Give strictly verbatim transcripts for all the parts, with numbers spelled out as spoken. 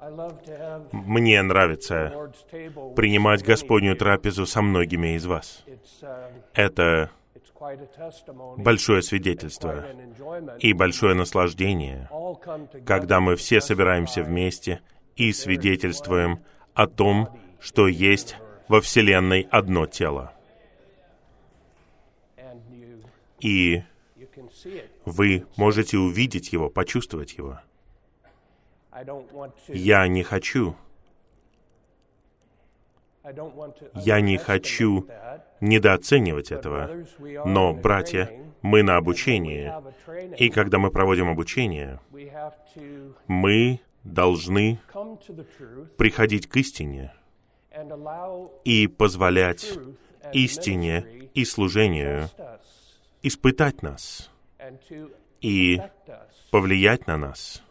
Мне нравится принимать Господнюю трапезу со многими из вас. Это большое свидетельство и большое наслаждение, когда мы все собираемся вместе и свидетельствуем о том, что есть во Вселенной одно тело. И вы можете увидеть его, почувствовать его. Я не хочу, я не хочу недооценивать этого. Но, братья, мы на обучении, и когда мы проводим обучение, мы должны приходить к истине и позволять истине и служению испытать нас и повлиять на нас.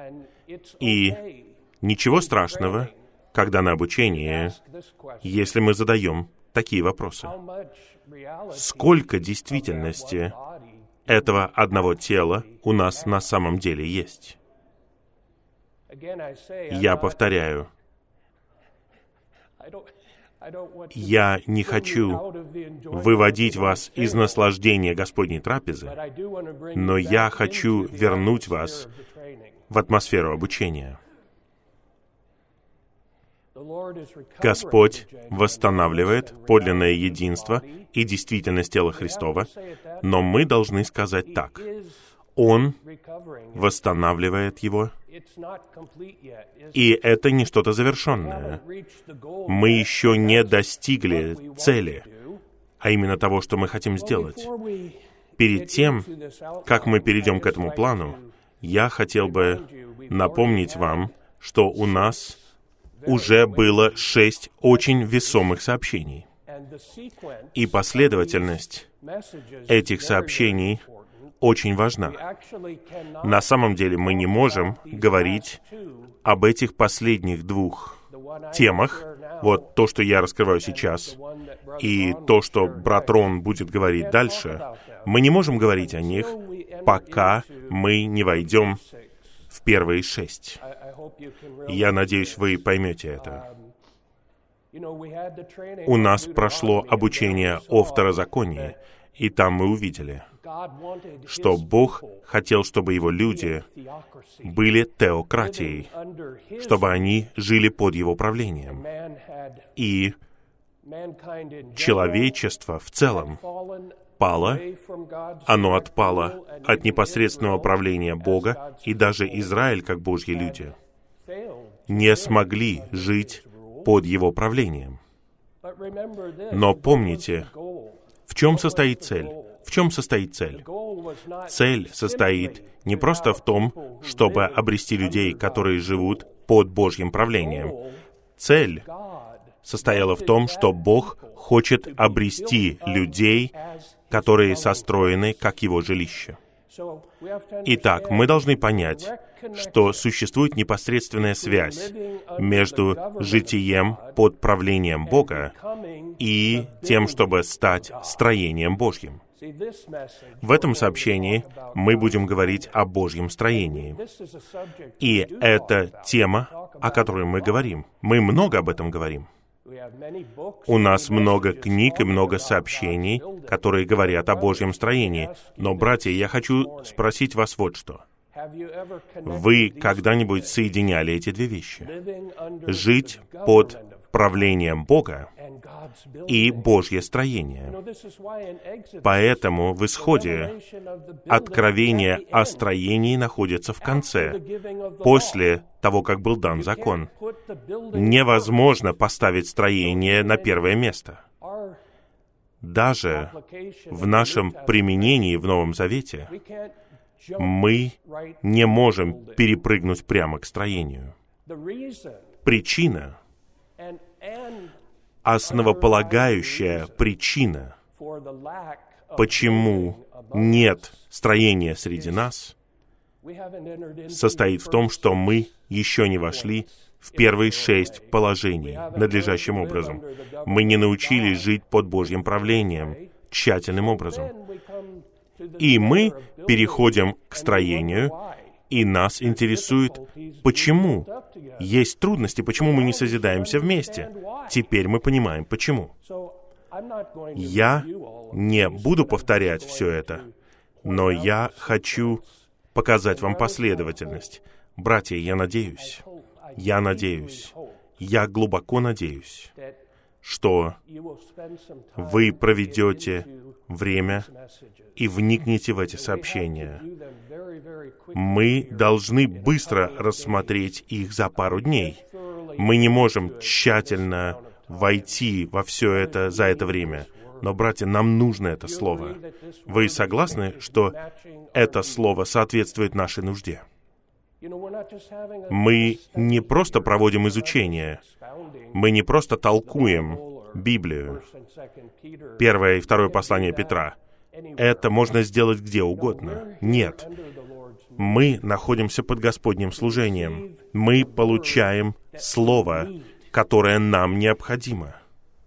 И ничего страшного, когда на обучении, если мы задаем такие вопросы. Сколько действительности этого одного тела у нас на самом деле есть? Я повторяю, я не хочу выводить вас из наслаждения Господней трапезы, но я хочу вернуть вас в атмосферу обучения. Господь восстанавливает подлинное единство и действительность тела Христова, но мы должны сказать так: Он восстанавливает его, и это не что-то завершенное. Мы еще не достигли цели, а именно того, что мы хотим сделать. Перед тем, как мы перейдем к этому плану, я хотел бы напомнить вам, что у нас уже было шесть очень весомых сообщений. И последовательность этих сообщений очень важна. На самом деле мы не можем говорить об этих последних двух темах, вот то, что я раскрываю сейчас, и то, что брат Рон будет говорить дальше. Мы не можем говорить о них, пока мы не войдем в первые шесть. Я надеюсь, вы поймете это. У нас прошло обучение о второзаконии, и там мы увидели, что Бог хотел, чтобы Его люди были теократией, чтобы они жили под Его правлением. И человечество в целом пало, оно отпало от непосредственного правления Бога, и даже Израиль, как Божьи люди, не смогли жить под Его правлением. Но помните, в чем состоит цель? В чем состоит цель? Цель состоит не просто в том, чтобы обрести людей, которые живут под Божьим правлением. Цель состояла в том, что Бог хочет обрести людей, которые состроены как Его жилище. Итак, мы должны понять, что существует непосредственная связь между житием под правлением Бога и тем, чтобы стать строением Божьим. В этом сообщении мы будем говорить о Божьем строении. И это тема, о которой мы говорим. Мы много об этом говорим. У нас много книг и много сообщений, которые говорят о Божьем строении. Но, братья, я хочу спросить вас вот что. Вы когда-нибудь соединяли эти две вещи? Жить под правлением Бога и Божье строение. Поэтому в Исходе откровение о строении находится в конце, после того, как был дан закон. Невозможно поставить строение на первое место. Даже в нашем применении в Новом Завете мы не можем перепрыгнуть прямо к строению. Причина, основополагающая причина, почему нет строения среди нас, состоит в том, что мы еще не вошли в первые шесть положений надлежащим образом. Мы не научились жить под Божьим правлением тщательным образом. И мы переходим к строению, И нас интересует, почему есть трудности, почему мы не созидаемся вместе. Теперь мы понимаем, почему. Я не буду повторять все это, но я хочу показать вам последовательность. Братья, я надеюсь, я надеюсь, я глубоко надеюсь, что вы проведете время и вникнете в эти сообщения. Мы должны быстро рассмотреть их за пару дней. Мы не можем тщательно войти во все это за это время. Но, братья, нам нужно это слово. Вы согласны, что это слово соответствует нашей нужде? Мы не просто проводим изучение, мы не просто толкуем Библию, первое и второе послание Петра. Это можно сделать где угодно. Нет. Мы находимся под Господним служением. Мы получаем Слово, которое нам необходимо.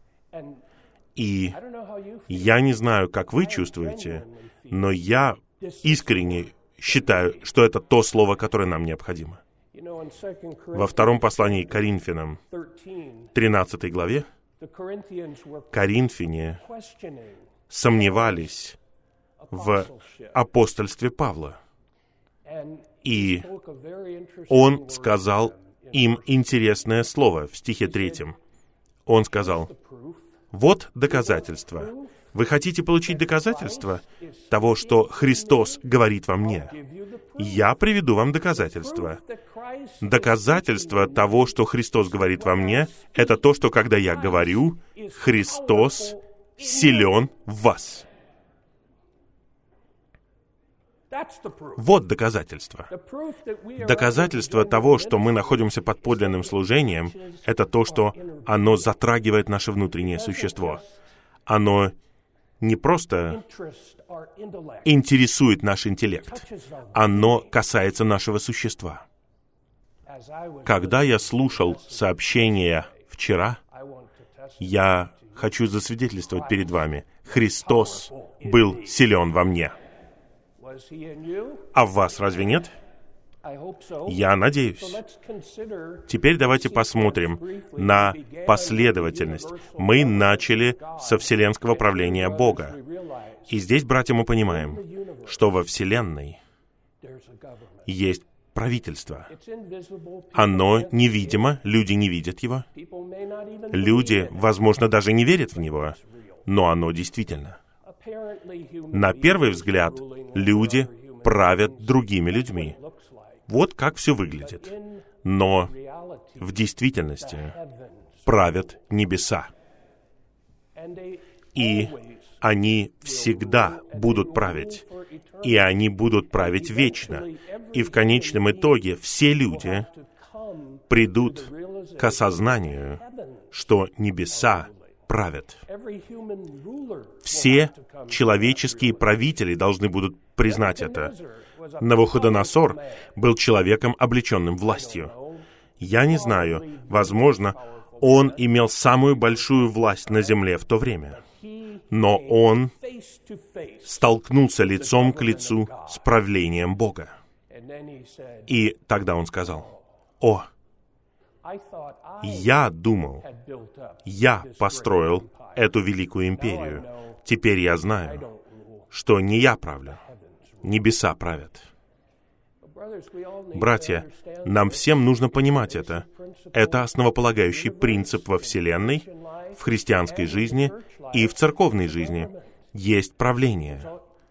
И я не знаю, как вы чувствуете, но я искренне считаю, что это то Слово, которое нам необходимо. Во втором послании к Коринфянам, тринадцатой главе, коринфяне сомневались в апостольстве Павла. И он сказал им интересное слово в стихе третьем. Он сказал: «Вот доказательство. Вы хотите получить доказательство того, что Христос говорит во мне? Я приведу вам доказательство. Доказательство того, что Христос говорит во мне, это то, что когда я говорю, Христос силен в вас». Вот доказательство. Доказательство того, что мы находимся под подлинным служением, это то, что оно затрагивает наше внутреннее существо. Оно не просто интересует наш интеллект, оно касается нашего существа. Когда я слушал сообщение вчера, я хочу засвидетельствовать перед вами: Христос был силен во мне. А в вас разве нет? Я надеюсь. Теперь давайте посмотрим на последовательность. Мы начали со вселенского правления Бога. И здесь, братья, мы понимаем, что во Вселенной есть правительство. Оно невидимо, люди не видят его. Люди, возможно, даже не верят в него, но оно действительно. На первый взгляд, люди правят другими людьми. Вот как все выглядит. Но в действительности правят небеса. И они всегда будут править. И они будут править вечно. И в конечном итоге все люди придут к осознанию, что небеса правят. Все человеческие правители должны будут признать это. Навуходоносор был человеком, облеченным властью. Я не знаю, возможно, он имел самую большую власть на земле в то время. Но он столкнулся лицом к лицу с правлением Бога. И тогда он сказал: «О, я думал, я построил эту великую империю. Теперь я знаю, что не я правлю, небеса правят». Братья, нам всем нужно понимать это. Это основополагающий принцип во Вселенной, в христианской жизни и в церковной жизни. Есть правление.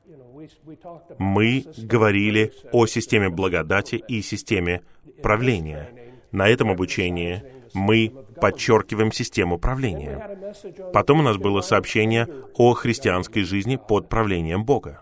Мы говорили о системе благодати и системе правления. На этом обучении мы подчеркиваем систему правления. Потом у нас было сообщение о христианской жизни под правлением Бога.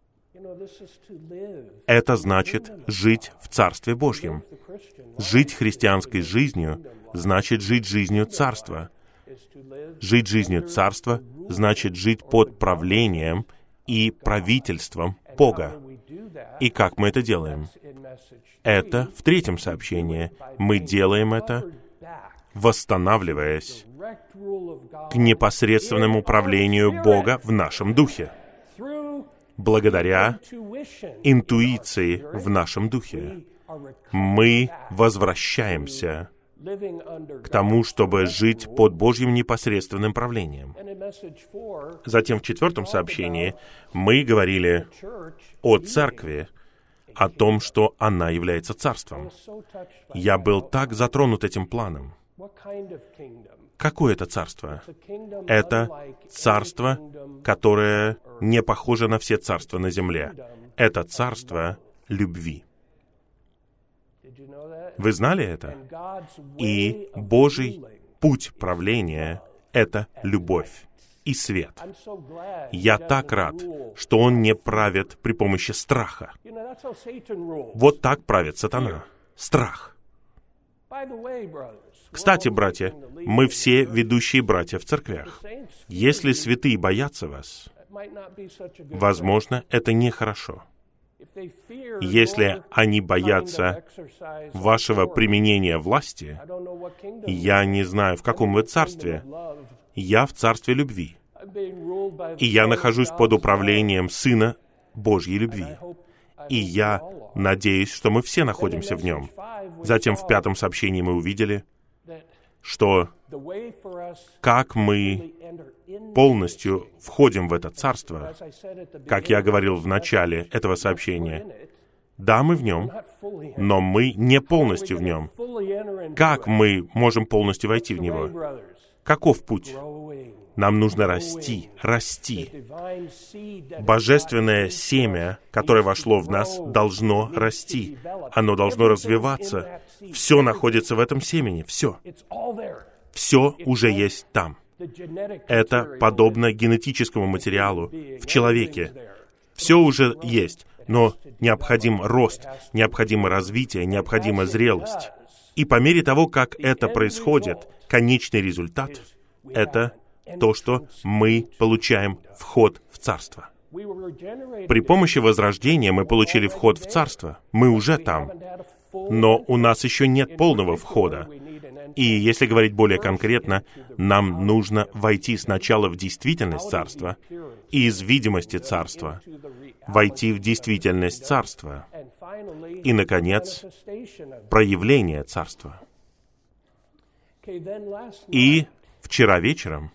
Это значит жить в Царстве Божьем. Жить христианской жизнью значит жить жизнью Царства. Жить жизнью Царства значит жить под правлением и правительством Бога. И как мы это делаем? Это в третьем сообщении. Мы делаем это, восстанавливаясь к непосредственному правлению Бога в нашем духе. благодаря интуиции в нашем духе, мы возвращаемся к тому, чтобы жить под Божьим непосредственным правлением. Затем в четвертом сообщении мы говорили о церкви, о том, что она является царством. Я был так затронут этим планом. Какое это царство? Это царство, которое не похоже на все царства на земле. Это царство любви. Вы знали это? И Божий путь правления — это любовь и свет. Я так рад, что Он не правит при помощи страха. Вот так правит сатана. Страх. Кстати, братья, мы все ведущие братья в церквях. Если святые боятся вас, возможно, это нехорошо. Если они боятся вашего применения власти, я не знаю, в каком вы царстве. Я в царстве любви. И я нахожусь под управлением Сына Божьей любви. И я надеюсь, что мы все находимся в нем. Затем в пятом сообщении мы увидели, что как мы полностью входим в это царство, как я говорил в начале этого сообщения, да, мы в нем, но мы не полностью в нем. Как мы можем полностью войти в него? Каков путь? Нам нужно расти, расти. Божественное семя, которое вошло в нас, должно расти. Оно должно развиваться. Все находится в этом семени. Все. Все уже есть там. Это подобно генетическому материалу в человеке. Все уже есть, но необходим рост, необходимо развитие, необходима зрелость. И по мере того, как это происходит, конечный результат — это то, что мы получаем вход в Царство. При помощи возрождения мы получили вход в Царство. Мы уже там. Но у нас еще нет полного входа. И если говорить более конкретно, нам нужно войти сначала в действительность Царства и из видимости Царства войти в действительность Царства и, наконец, проявление Царства. И вчера вечером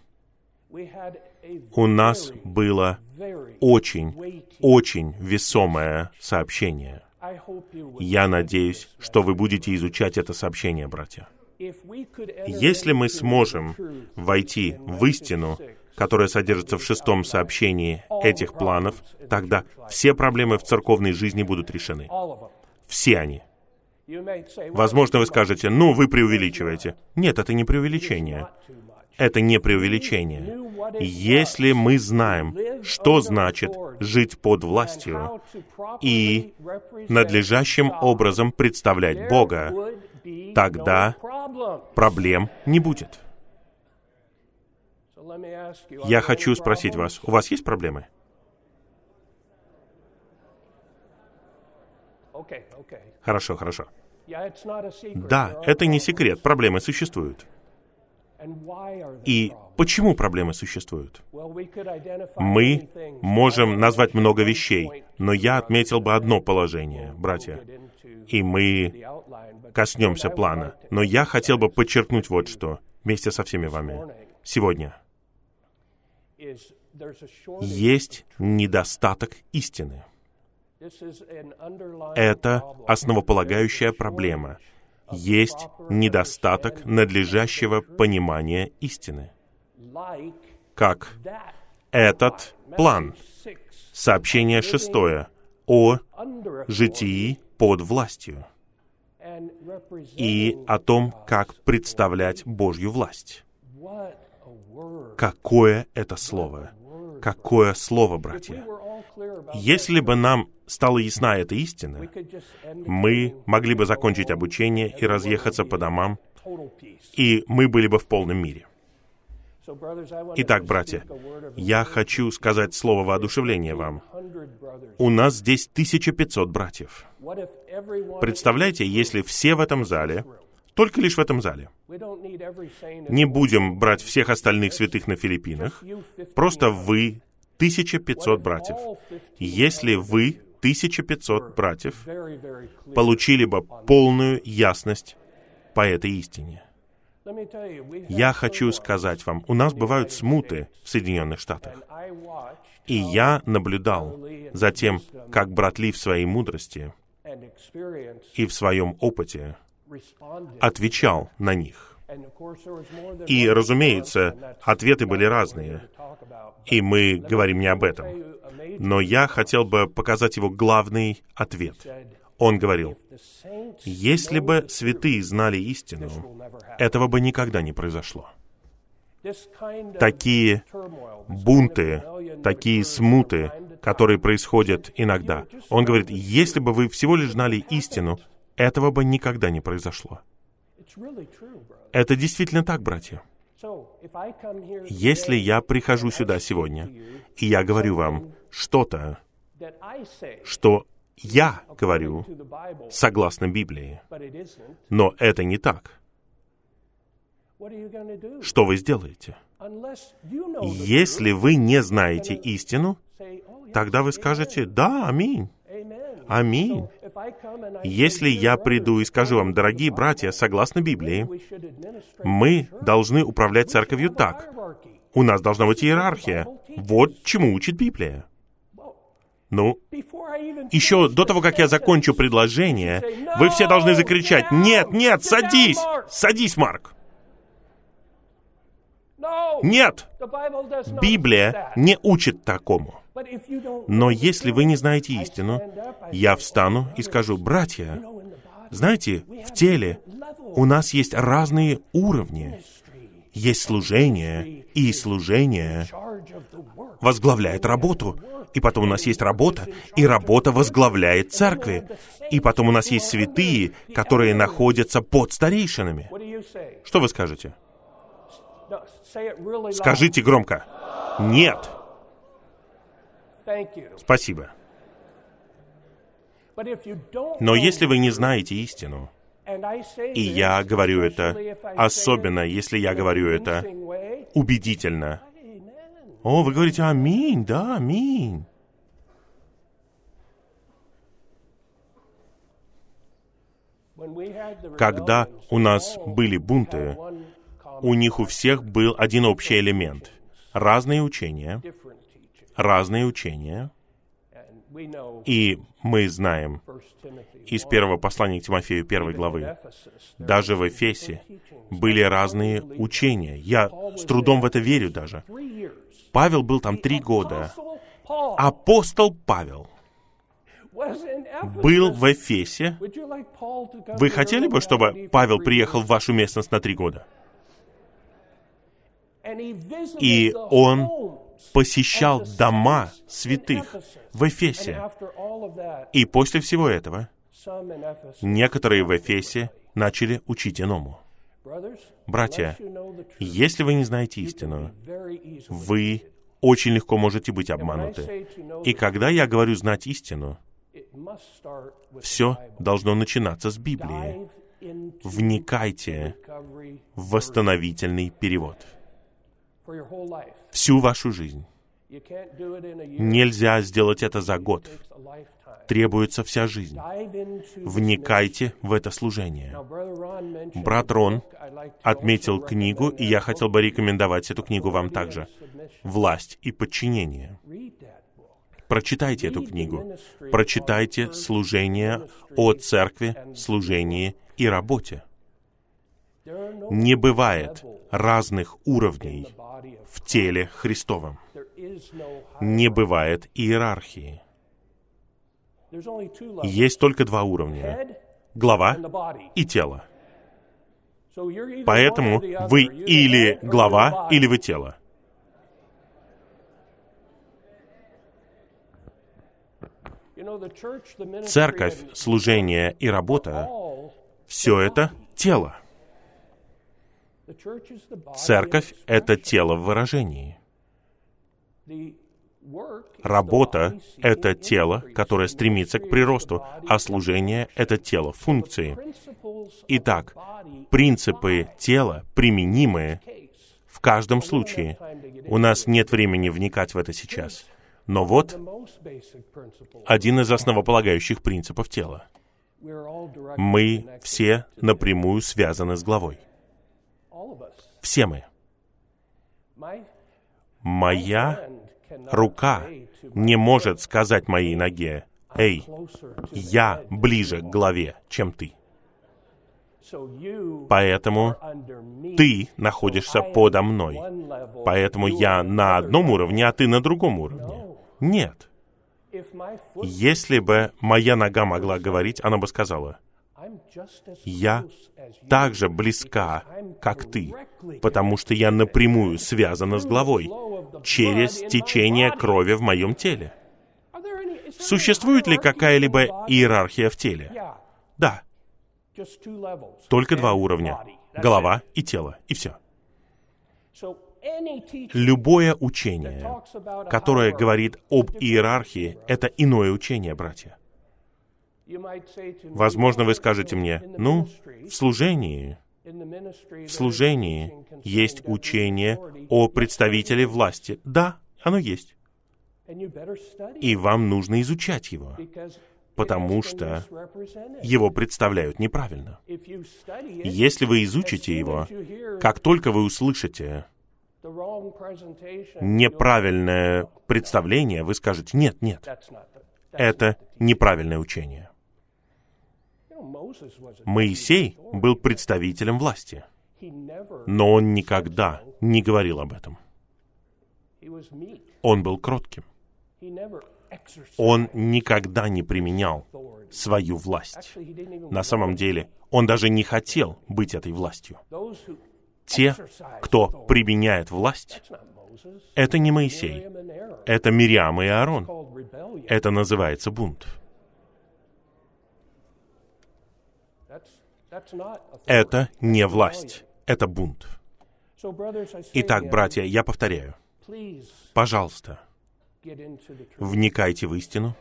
у нас было очень, очень весомое сообщение. Я надеюсь, что вы будете изучать это сообщение, братья. Если мы сможем войти в истину, которая содержится в шестом сообщении этих планов, тогда все проблемы в церковной жизни будут решены. Все они. Возможно, вы скажете, ну, вы преувеличиваете. Нет, это не преувеличение. Это не преувеличение. Если мы знаем, что значит жить под властью и надлежащим образом представлять Бога, тогда проблем не будет. Я хочу спросить вас, у вас есть проблемы? Хорошо, хорошо. Да, это не секрет, проблемы существуют. И почему проблемы существуют? Мы можем назвать много вещей, но я отметил бы одно положение, братья, и мы коснемся плана. Но я хотел бы подчеркнуть вот что, вместе со всеми вами. Сегодня есть недостаток истины. Это основополагающая проблема. Есть недостаток надлежащего понимания истины. Как этот план, сообщение шестое о житии под властью и о том, как представлять Божью власть. Какое это слово! Какое слово, братья! Если бы нам стала ясна эта истина, мы могли бы закончить обучение и разъехаться по домам, и мы были бы в полном мире. Итак, братья, я хочу сказать слово воодушевления вам. У нас здесь тысяча пятьсот братьев. Представляете, если все в этом зале, только лишь в этом зале, не будем брать всех остальных святых на Филиппинах, просто вы тысяча пятьсот братьев. Если вы, тысяча пятьсот братьев, получили бы полную ясность по этой истине. Я хочу сказать вам, у нас бывают смуты в Соединенных Штатах. И я наблюдал за тем, как брат Ли в своей мудрости и в своем опыте отвечал на них. И, разумеется, ответы были разные, и мы говорим не об этом. Но я хотел бы показать его главный ответ. Он говорил: если бы святые знали истину, этого бы никогда не произошло. Такие бунты, такие смуты, которые происходят иногда. Он говорит, если бы вы всего лишь знали истину, этого бы никогда не произошло. Это действительно так, братья. Если я прихожу сюда сегодня, и я говорю вам что-то, что я говорю согласно Библии, но это не так, что вы сделаете? Если вы не знаете истину, тогда вы скажете: «Да, аминь, аминь». Если я приду и скажу вам: дорогие братья, согласно Библии, мы должны управлять церковью так. У нас должна быть иерархия. Вот чему учит Библия. Ну, еще до того, как я закончу предложение, вы все должны закричать: «Нет, нет, садись! Садись, Марк!» Нет! Библия не учит такому. Но если вы не знаете истину, я встану и скажу: братья, знаете, в теле у нас есть разные уровни. Есть служение, и служение возглавляет работу. И потом у нас есть работа, и работа возглавляет церкви. И потом у нас есть святые, которые находятся под старейшинами. Что вы скажете? Скажите громко: «Нет». Спасибо. Но если вы не знаете истину, и я говорю это, особенно если я говорю это убедительно, о, вы говорите: «Аминь, да, аминь». Когда у нас были бунты, у них у всех был один общий элемент. Разные учения, разные учения. И мы знаем из первого послания к Тимофею первой главы, даже в Эфесе были разные учения. Я с трудом в это верю даже. Павел был там три года. Апостол Павел был в Эфесе. Вы хотели бы, чтобы Павел приехал в вашу местность на три года? И он посещал дома святых в Эфесе. И после всего этого некоторые в Эфесе начали учить иному. Братья, если вы не знаете истину, вы очень легко можете быть обмануты. И когда я говорю «знать истину», все должно начинаться с Библии. Вникайте в восстановительный перевод. Всю вашу жизнь. Нельзя сделать это за год. Требуется вся жизнь. Вникайте в это служение. Брат Рон отметил книгу, и я хотел бы рекомендовать эту книгу вам также. «Власть и подчинение». Прочитайте эту книгу. Прочитайте служение о церкви, служении и работе. Не бывает разных уровней в теле Христовом. Не бывает иерархии. Есть только два уровня — глава и тело. Поэтому вы или глава, или вы тело. Церковь, служение и работа — все это тело. Церковь — это тело в выражении. Работа — это тело, которое стремится к приросту, а служение — это тело в функции. Итак, принципы тела применимы в каждом случае. У нас нет времени вникать в это сейчас. Но вот один из основополагающих принципов тела. Мы все напрямую связаны с главой. Все мы. Моя рука не может сказать моей ноге: «Эй, я ближе к главе, чем ты». Поэтому ты находишься подо мной. Поэтому я на одном уровне, а ты на другом уровне. Нет. Если бы моя нога могла говорить, она бы сказала: «Я так же близка, как ты, потому что я напрямую связана с главой через течение крови в моем теле». Существует ли какая-либо иерархия в теле? Да. Только два уровня. Голова и тело. И все. Любое учение, которое говорит об иерархии, это иное учение, братья. Возможно, вы скажете мне: ну, в служении, в служении есть учение о представителе власти. Да, оно есть. И вам нужно изучать его, потому что его представляют неправильно. Если вы изучите его, как только вы услышите неправильное представление, вы скажете: нет, нет, это неправильное учение. Моисей был представителем власти, но он никогда не говорил об этом. Он был кротким. Он никогда не применял свою власть. На самом деле, он даже не хотел быть этой властью. Те, кто применяет власть, это не Моисей, это Мириам и Аарон. Это называется бунт. Это не власть, это бунт. Итак, братья, я повторяю. Пожалуйста, вникайте в истину.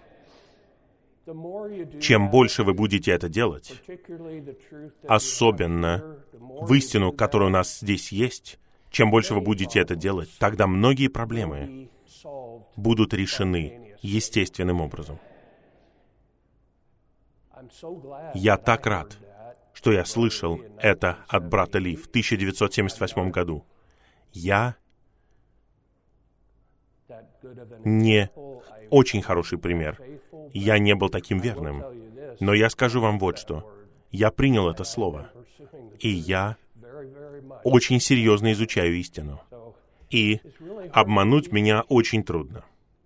Чем больше вы будете это делать, особенно в истину, которая у нас здесь есть, чем больше вы будете это делать, тогда многие проблемы будут решены естественным образом. Я так рад, что я слышал это от брата Ли в тысяча девятьсот семьдесят восьмом году. Я не очень хороший пример. Я не был таким верным. Но я скажу вам вот что. Я принял это слово, и я очень серьезно изучаю истину. И обмануть меня очень трудно.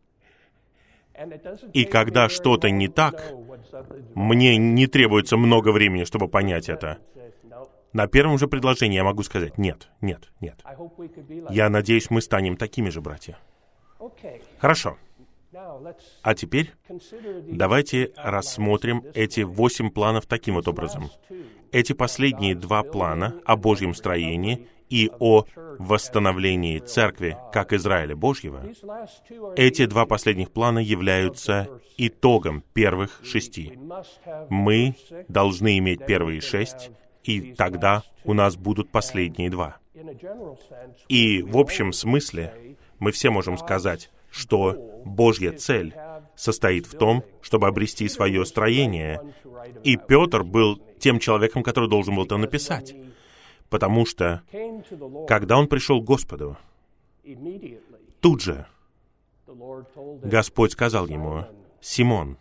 И когда что-то не так, мне не требуется много времени, чтобы понять это. На первом же предложении я могу сказать: нет, нет, нет. Я надеюсь, мы станем такими же, братья. Хорошо. А теперь давайте рассмотрим эти восемь планов таким вот образом. Эти последние два плана о Божьем строении и о восстановлении Церкви как Израиля Божьего, эти два последних плана являются итогом первых шести. Мы должны иметь первые шесть, и тогда у нас будут последние два. И в общем смысле мы все можем сказать, что Божья цель состоит в том, чтобы обрести свое строение. И Петр был тем человеком, который должен был это написать. Потому что, когда он пришел к Господу, тут же Господь сказал ему: «Симон».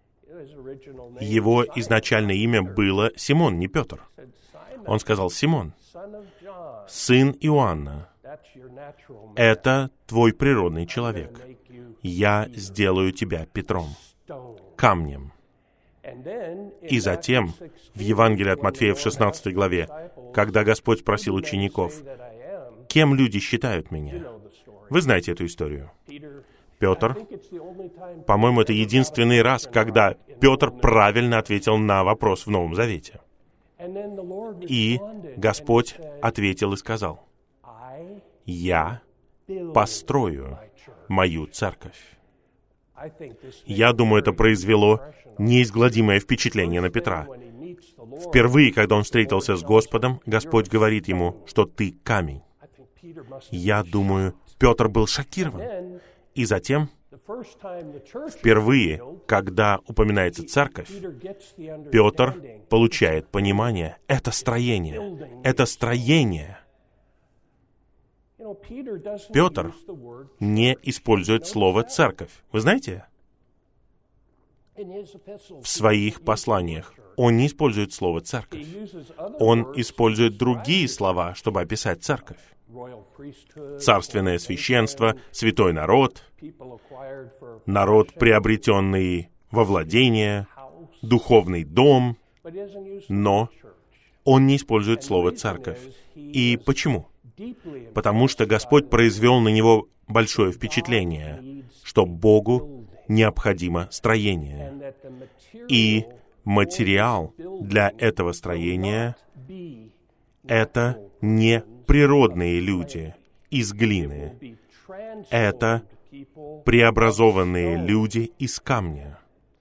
Его изначальное имя было Симон, не Петр. Он сказал: «Симон, сын Иоанна, это твой природный человек. Я сделаю тебя Петром, камнем». И затем, в Евангелии от Матфея в шестнадцатой главе, когда Господь спросил учеников: «Кем люди считают меня?» Вы знаете эту историю. Петр, по-моему, это единственный раз, когда Петр правильно ответил на вопрос в Новом Завете. И Господь ответил и сказал: «Я построю мою церковь». Я думаю, это произвело неизгладимое впечатление на Петра. Впервые, когда он встретился с Господом, Господь говорит ему, что ты камень. Я думаю, Петр был шокирован. И затем Впервые, когда упоминается церковь, Петр получает понимание. Это строение. Это строение. Петр не использует слово «церковь». Вы знаете? В своих посланиях он не использует слово «церковь». Он использует другие слова, чтобы описать церковь. Царственное священство, святой народ, народ, приобретенный во владение, духовный дом, но он не использует слово «церковь». И почему? Потому что Господь произвел на него большое впечатление, что Богу необходимо строение. И материал для этого строения — это не природные люди из глины. Это преобразованные люди из камня.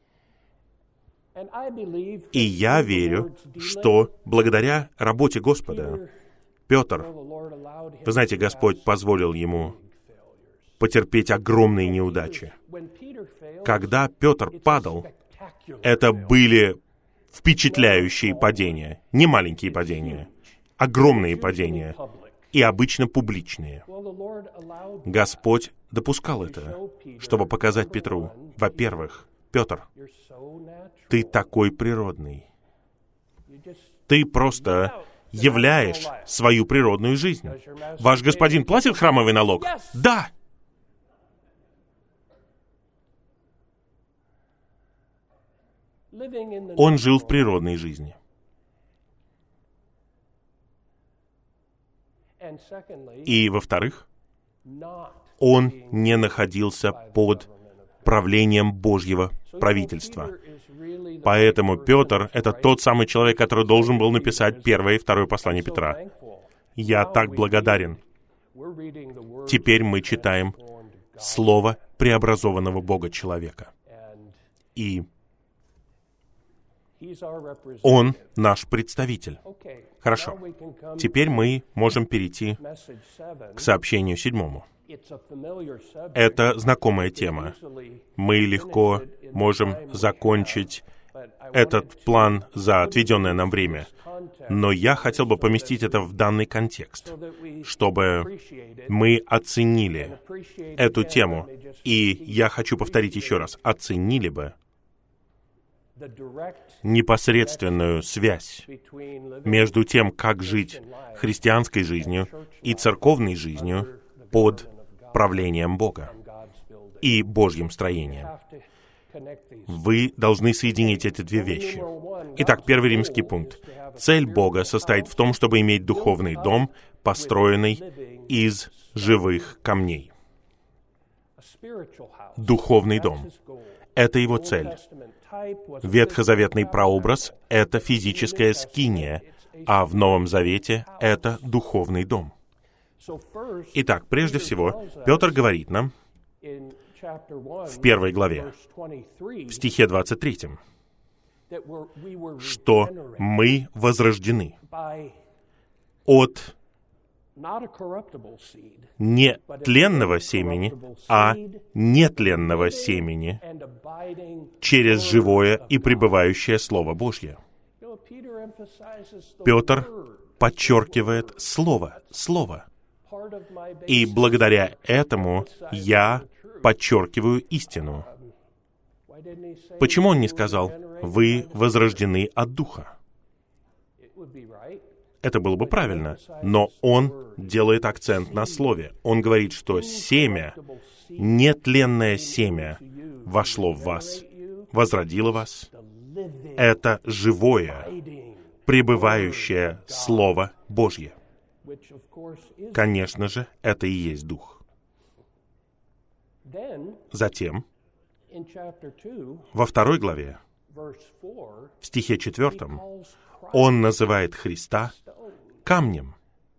И я верю, что благодаря работе Господа Петр, вы знаете, Господь позволил ему потерпеть огромные неудачи. Когда Петр падал, это были впечатляющие падения, не маленькие падения, огромные падения, и обычно публичные. Господь допускал это, чтобы показать Петру, во-первых, Петр, ты такой природный. Ты просто являешь свою природную жизнь. Ваш господин платит храмовый налог? Да! Он жил в природной жизни. И, во-вторых, он не находился под правлением Божьего правительства. Поэтому Петр — это тот самый человек, который должен был написать первое и второе послание Петра. Я так благодарен. Теперь мы читаем Слово преобразованного Бога-человека. И Он наш представитель. Хорошо. Теперь мы можем перейти к сообщению седьмому. Это знакомая тема. Мы легко можем закончить этот план за отведенное нам время. Но я хотел бы поместить это в данный контекст, чтобы мы оценили эту тему. И я хочу повторить еще раз. Оценили бы непосредственную связь между тем, как жить христианской жизнью и церковной жизнью под правлением Бога и Божьим строением. Вы должны соединить эти две вещи. Итак, первый римский пункт. Цель Бога состоит в том, чтобы иметь духовный дом, построенный из живых камней. Духовный дом. Это его цель. Ветхозаветный прообраз — это физическая скиния, а в Новом Завете — это духовный дом. Итак, прежде всего, Петр говорит нам в первой главе, в стихе двадцать третьем, что мы возрождены от не тленного семени, а нетленного семени через живое и пребывающее Слово Божье. Петр подчеркивает Слово, Слово. И благодаря этому я подчеркиваю истину. Почему он не сказал «Вы возрождены от Духа»? Это было бы правильно, но он делает акцент на слове. Он говорит, что семя, нетленное семя, вошло в вас, возродило вас. Это живое, пребывающее Слово Божье. Конечно же, это и есть Дух. Затем, во второй главе, в стихе четвертом, он называет Христа камнем.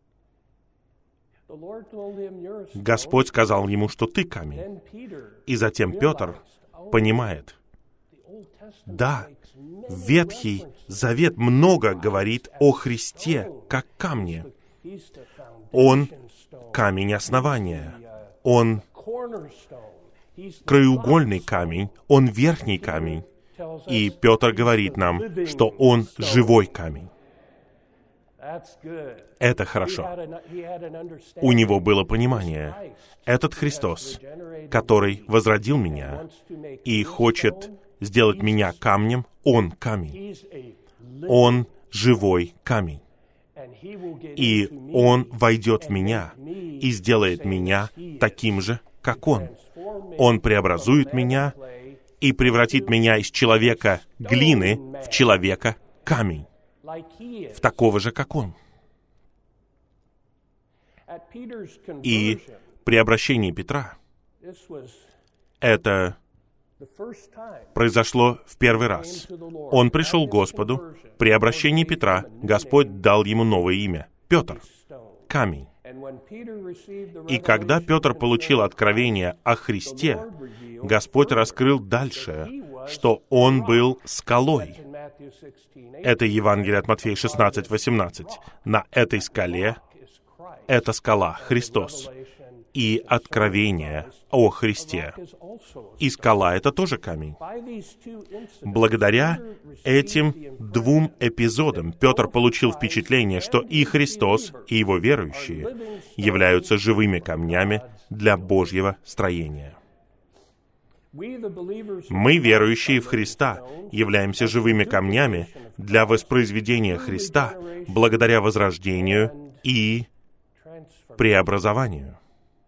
Господь сказал ему, что ты камень. И затем Петр понимает, да, Ветхий Завет много говорит о Христе как камне. Он камень основания. Он краеугольный камень, Он верхний камень. И Петр говорит нам, что Он живой камень. Это хорошо. У него было понимание. Этот Христос, который возродил меня и хочет сделать меня камнем, Он камень. Он живой камень. И Он войдет в меня и сделает меня таким же, как Он. Он преобразует меня и превратит меня из человека глины в человека камень, в такого же, как Он. И при обращении Петра это произошло в первый раз. Он пришел к Господу. При обращении Петра Господь дал ему новое имя — Петр, камень. И когда Петр получил откровение о Христе, Господь раскрыл дальше, что он был скалой. Это Евангелие от Матфея шестнадцать восемнадцать. На этой скале, эта скала — Христос. И откровение о Христе. И скала — это тоже камень. Благодаря этим двум эпизодам Петр получил впечатление, что и Христос, и его верующие являются живыми камнями для Божьего строения. Мы, верующие в Христа, являемся живыми камнями для воспроизведения Христа благодаря возрождению и преобразованию.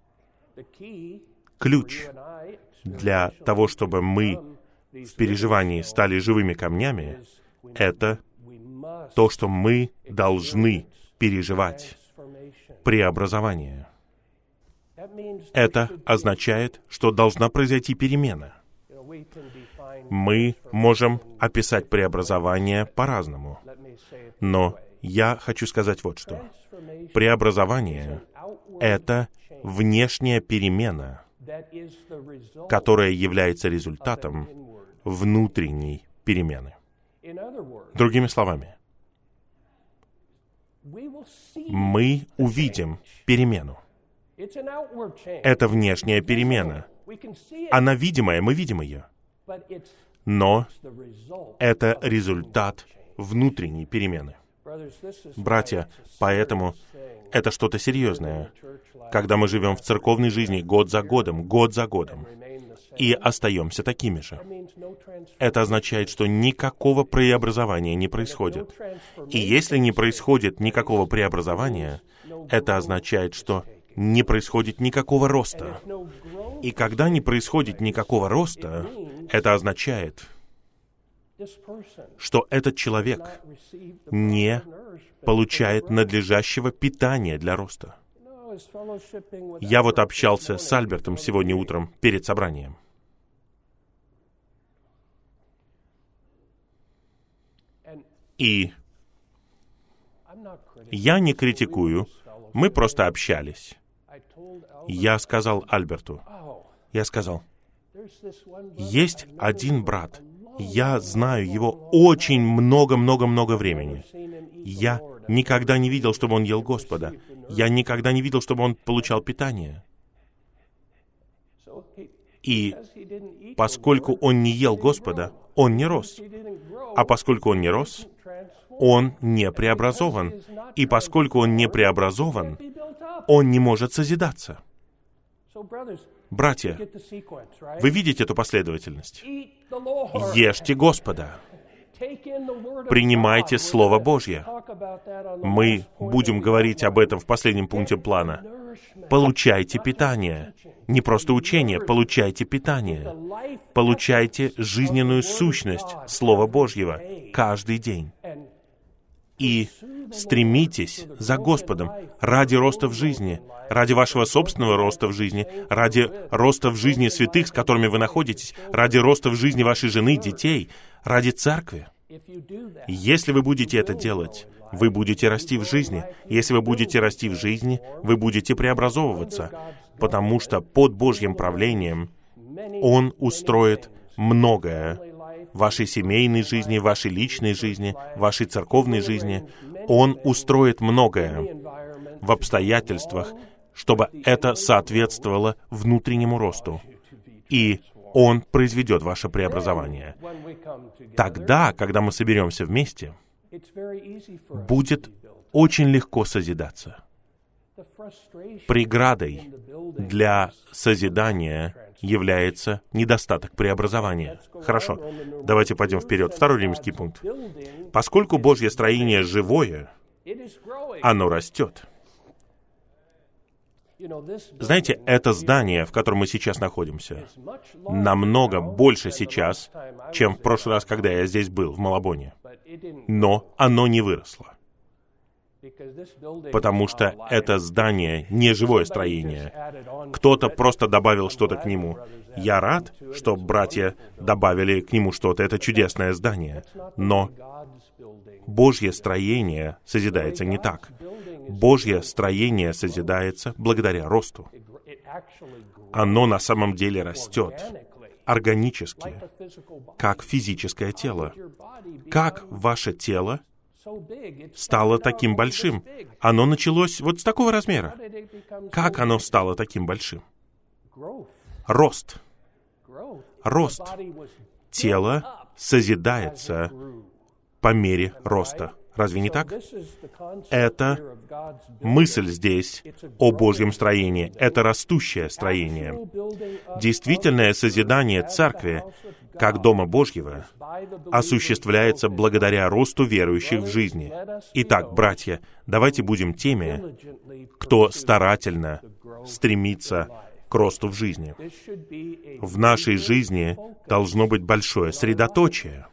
Ключ для того, чтобы мы в переживании стали живыми камнями, это то, что мы должны переживать преобразование. Это означает, что должна произойти перемена. Мы можем описать преобразование по-разному, но я хочу сказать вот что. Преобразование — это внешняя перемена, которая является результатом внутренней перемены. Другими словами, мы увидим перемену. Это внешняя перемена. Она видимая, мы видим ее. Но это результат внутренней перемены. Братья, поэтому это что-то серьезное, когда мы живем в церковной жизни год за годом, год за годом, и остаемся такими же. Это означает, что никакого преобразования не происходит. И если не происходит никакого преобразования, это означает, что не происходит никакого роста. И когда не происходит никакого роста, это означает, что этот человек не получает надлежащего питания для роста. Я вот общался с Альбертом сегодня утром перед собранием. И я не критикую, мы просто общались. Я сказал Альберту, я сказал, есть один брат, я знаю его очень много-много-много времени. Я никогда не видел, чтобы он ел Господа. Я никогда не видел, чтобы он получал питание. И поскольку он не ел Господа, он не рос. А поскольку он не рос, он не преобразован. И поскольку он не преобразован, он не может созидаться. Братья, вы видите эту последовательность? Ешьте Господа. Принимайте Слово Божье. Мы будем говорить об этом в последнем пункте плана. Получайте питание. Не просто учение, получайте питание. Получайте жизненную сущность Слова Божьего каждый день. И стремитесь за Господом ради роста в жизни, ради вашего собственного роста в жизни, ради роста в жизни святых, с которыми вы находитесь, ради роста в жизни вашей жены, детей, ради церкви. Если вы будете это делать, вы будете расти в жизни. Если вы будете расти в жизни, вы будете преобразовываться, потому что под Божьим правлением Он устроит многое в вашей семейной жизни, в вашей личной жизни, в вашей церковной жизни. Он устроит многое в обстоятельствах, чтобы это соответствовало внутреннему росту. и Он произведет ваше преобразование. Тогда, когда мы соберемся вместе, будет очень легко созидаться. Преградой для созидания является недостаток преобразования. Хорошо, давайте пойдем вперед. Второй римский пункт. Поскольку Божье строение живое, оно растет. Знаете, это здание, в котором мы сейчас находимся, намного больше сейчас, чем в прошлый раз, когда я здесь был, в Малабоне. Но оно не выросло. Потому что это здание не живое строение. Кто-то просто добавил что-то к нему. Я рад, что братья добавили к нему что-то. Это чудесное здание. Но Божье строение созидается не так. Божье строение созидается благодаря росту. Оно на самом деле растет органически, как физическое тело. Как ваше тело стало таким большим? Оно началось вот с такого размера. Как оно стало таким большим? Рост. Рост. Тело созидается по мере роста. Разве не так? Это мысль здесь о Божьем строении. Это растущее строение. Действительное созидание Церкви, как Дома Божьего, осуществляется благодаря росту верующих в жизни. Итак, братья, давайте будем теми, кто старательно стремится к росту в жизни. В нашей жизни должно быть большое средоточие.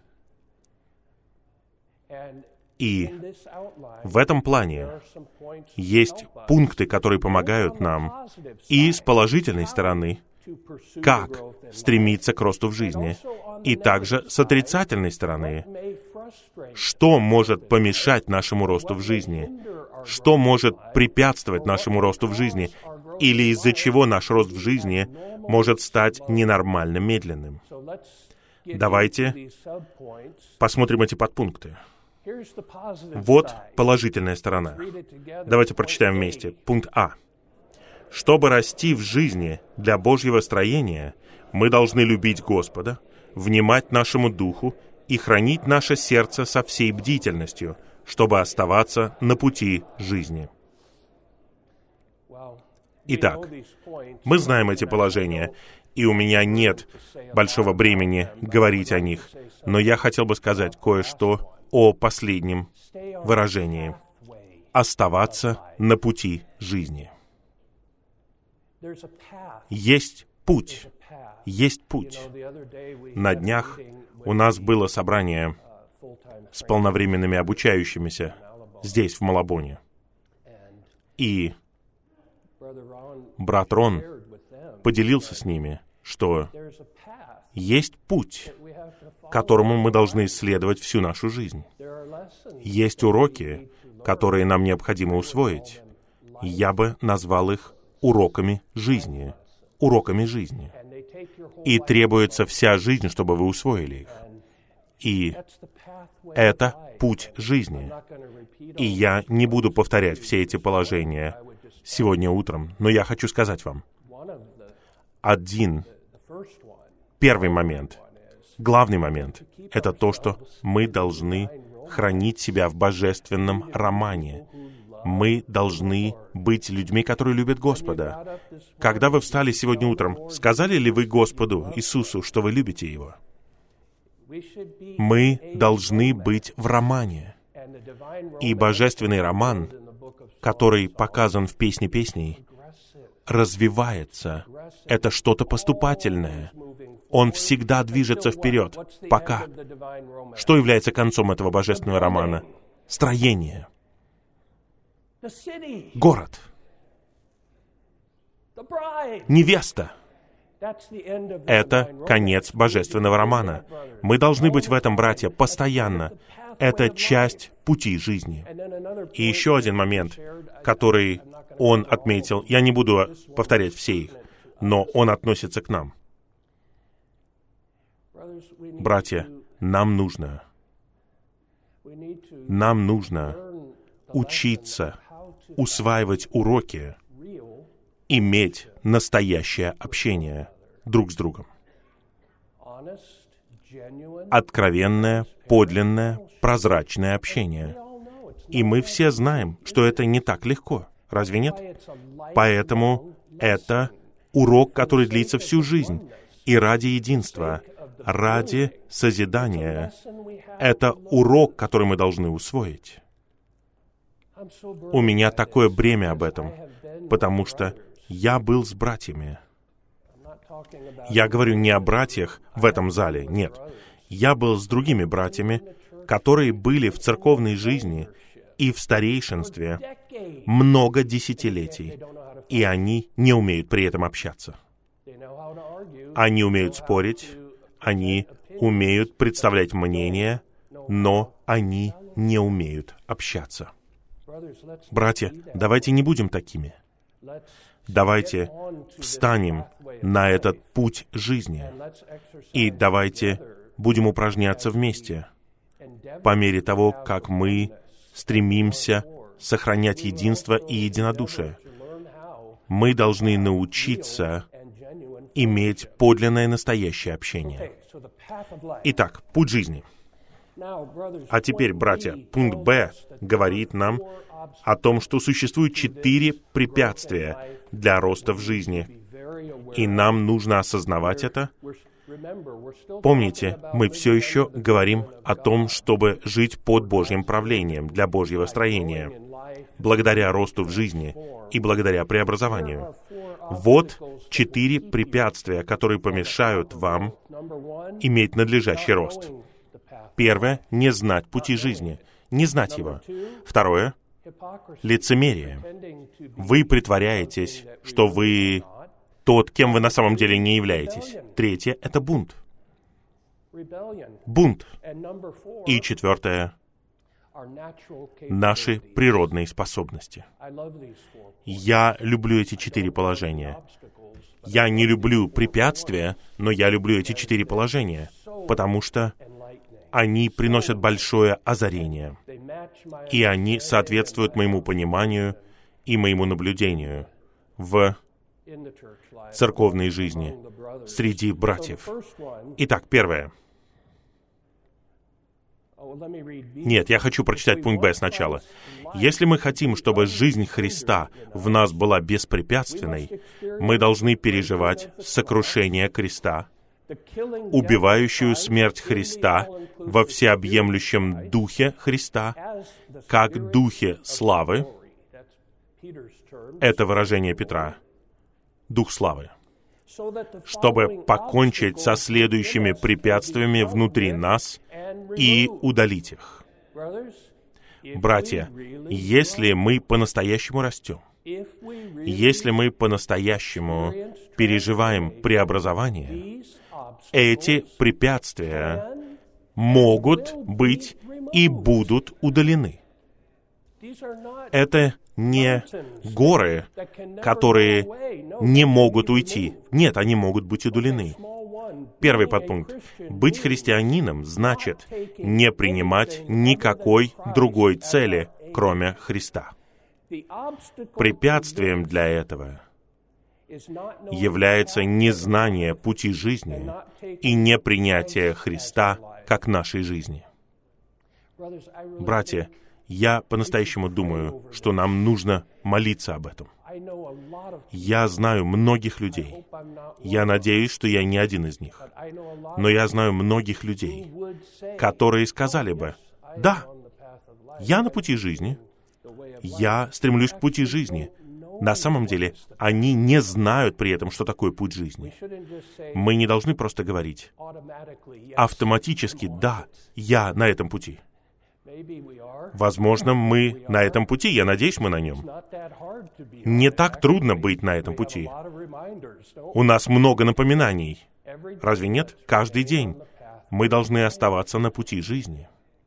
И в этом плане есть пункты, которые помогают нам и с положительной стороны, как стремиться к росту в жизни, и также с отрицательной стороны, что может помешать нашему росту в жизни, что может препятствовать нашему росту в жизни, или из-за чего наш рост в жизни может стать ненормально медленным. Давайте посмотрим эти подпункты. Вот положительная сторона. Давайте прочитаем вместе. Пункт А. Чтобы расти в жизни для Божьего строения, мы должны любить Господа, внимать нашему духу и хранить наше сердце со всей бдительностью, чтобы оставаться на пути жизни. Итак, мы знаем эти положения, и у меня нет большого бремени говорить о них, но я хотел бы сказать кое-что о последнем выражении — оставаться на пути жизни. Есть путь. Есть путь. На днях у нас было собрание с полновременными обучающимися здесь, в Малабоне. И брат Рон поделился с ними, что есть путь, которому мы должны исследовать всю нашу жизнь. Есть уроки, которые нам необходимо усвоить. Я бы назвал их уроками жизни. Уроками жизни. И требуется вся жизнь, чтобы вы усвоили их. И это путь жизни. И я не буду повторять все эти положения сегодня утром, но я хочу сказать вам один, первый момент, главный момент — это то, что мы должны хранить себя в божественном романе. Мы должны быть людьми, которые любят Господа. Когда вы встали сегодня утром, сказали ли вы Господу Иисусу, что вы любите Его? Мы должны быть в романе. И божественный роман, который показан в «Песне песней», развивается. Это что-то поступательное. Он всегда движется вперед. Пока. Что является концом этого божественного романа? Строение. Город. Невеста. Это конец божественного романа. Мы должны быть в этом, братья, постоянно. Это часть пути жизни. И еще один момент, который он отметил, я не буду повторять все их, но он относится к нам. Братья, нам нужно, нам нужно учиться усваивать уроки, иметь настоящее общение. друг с другом. Откровенное, подлинное, прозрачное общение. И мы все знаем, что это не так легко. Разве нет? Поэтому это урок, который длится всю жизнь. И ради единства, ради созидания. Это урок, который мы должны усвоить. У меня такое бремя об этом, потому что я был с братьями. Я говорю не о братьях в этом зале, нет. Я был с другими братьями, которые были в церковной жизни и в старейшинстве много десятилетий, и они не умеют при этом общаться. Они умеют спорить, они умеют представлять мнение, но они не умеют общаться. Братья, давайте не будем такими. Давайте встанем на этот путь жизни, и давайте будем упражняться вместе по мере того, как мы стремимся сохранять единство и единодушие. Мы должны научиться иметь подлинное настоящее общение. Итак, путь жизни. А теперь, братья, пункт Б говорит нам о том, что существует четыре препятствия для роста в жизни. И нам нужно осознавать это. Помните, мы все еще говорим о том, чтобы жить под Божьим правлением для Божьего строения, благодаря росту в жизни и благодаря преобразованию. Вот четыре препятствия, которые помешают вам иметь надлежащий рост. Первое — не знать пути жизни, не знать его. Второе — лицемерие. Вы притворяетесь, что вы тот, кем вы на самом деле не являетесь. Третье — это бунт. Бунт. И четвертое — наши природные способности. Я люблю эти четыре положения. Я не люблю препятствия, но я люблю эти четыре положения, потому что они приносят большое озарение, и они соответствуют моему пониманию и моему наблюдению в церковной жизни среди братьев. Итак, первое. Нет, я хочу прочитать пункт Б сначала. Если мы хотим, чтобы жизнь Христа в нас была беспрепятственной, мы должны переживать сокрушение креста, убивающую смерть Христа во всеобъемлющем Духе Христа, как Духе славы. Это выражение Петра. Дух славы. Чтобы покончить со следующими препятствиями внутри нас и удалить их. Братья, если мы по-настоящему растем, если мы по-настоящему переживаем преобразование, эти препятствия могут быть и будут удалены. Это не горы, которые не могут уйти. Нет, они могут быть удалены. Первый подпункт. Быть христианином значит не принимать никакой другой цели, кроме Христа. Препятствием для этого является незнание пути жизни и непринятие Христа как нашей жизни. Братья, я по-настоящему думаю, что нам нужно молиться об этом. Я знаю многих людей. Я надеюсь, что я не один из них. Но я знаю многих людей, которые сказали бы: «Да, я на пути жизни. Я стремлюсь к пути жизни». На самом деле, они не знают при этом, что такое путь жизни. Мы не должны просто говорить автоматически: «Да, я на этом пути». Возможно, мы на этом пути, я надеюсь, мы на нем. Не так трудно быть на этом пути. У нас много напоминаний. Разве нет? Каждый день мы должны оставаться на пути жизни.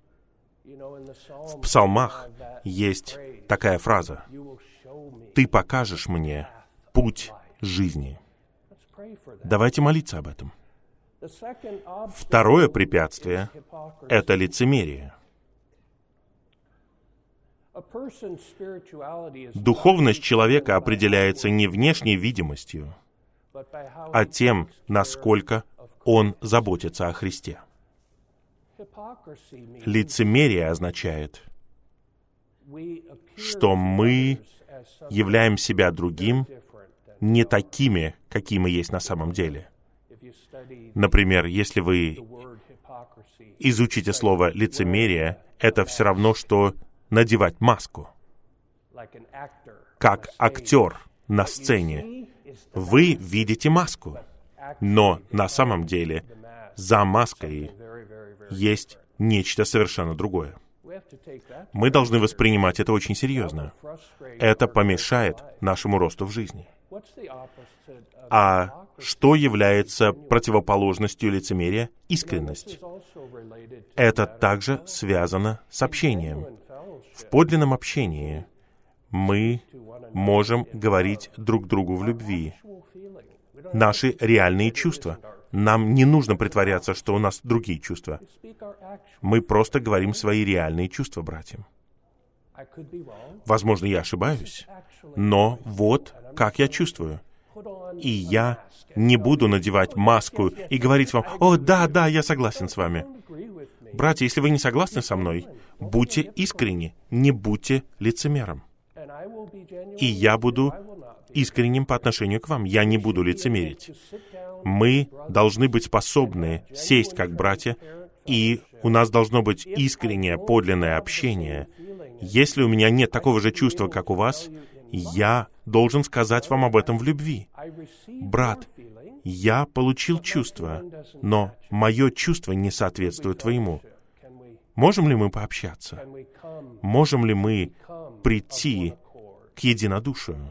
В псалмах есть такая фраза: «Ты покажешь мне путь жизни». Давайте молиться об этом. Второе препятствие — это лицемерие. Духовность человека определяется не внешней видимостью, а тем, насколько Он заботится о Христе. Лицемерие означает, что мы являем себя другим не такими, какие мы есть на самом деле. Например, если вы изучите слово «лицемерие», это все равно, что надевать маску. Как актер на сцене. Вы видите маску, но на самом деле за маской есть нечто совершенно другое. Мы должны воспринимать это очень серьезно. Это помешает нашему росту в жизни. А что является противоположностью лицемерия? Искренность. Это также связано с общением. В подлинном общении мы можем говорить друг другу в любви. Наши реальные чувства. Нам не нужно притворяться, что у нас другие чувства. Мы просто говорим свои реальные чувства братьям. Возможно, я ошибаюсь, но вот как я чувствую. И я не буду надевать маску и говорить вам: «О, да, да, я согласен с вами». Братья, если вы не согласны со мной, будьте искренни, не будьте лицемером. И я буду искренним по отношению к вам. Я не буду лицемерить. Мы должны быть способны сесть как братья, и у нас должно быть искреннее, подлинное общение. Если у меня нет такого же чувства, как у вас, я должен сказать вам об этом в любви. Брат, я получил чувство, но мое чувство не соответствует твоему. Можем ли мы пообщаться? Можем ли мы прийти к единодушию?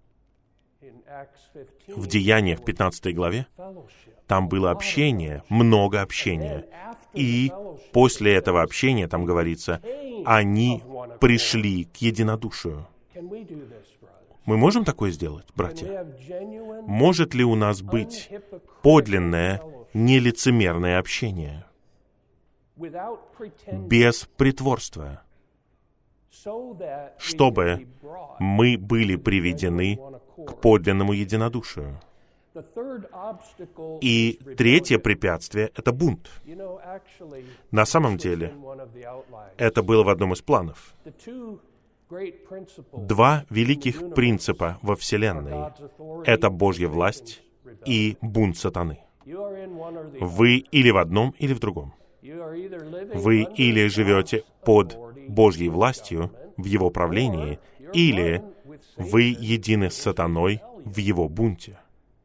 В Деяниях пятнадцатой главе там было общение, много общения. И после этого общения, там говорится, они пришли к единодушию. Мы можем такое сделать, братья? Может ли у нас быть подлинное, нелицемерное общение? Без притворства. Чтобы мы были приведены к подлинному единодушию. И третье препятствие — это бунт. На самом деле, это было в одном из планов. Два великих принципа во Вселенной — это Божья власть и бунт сатаны. Вы или в одном, или в другом. Вы или живете под Божьей властью, в Его правлении, или вы едины с сатаной в Его бунте.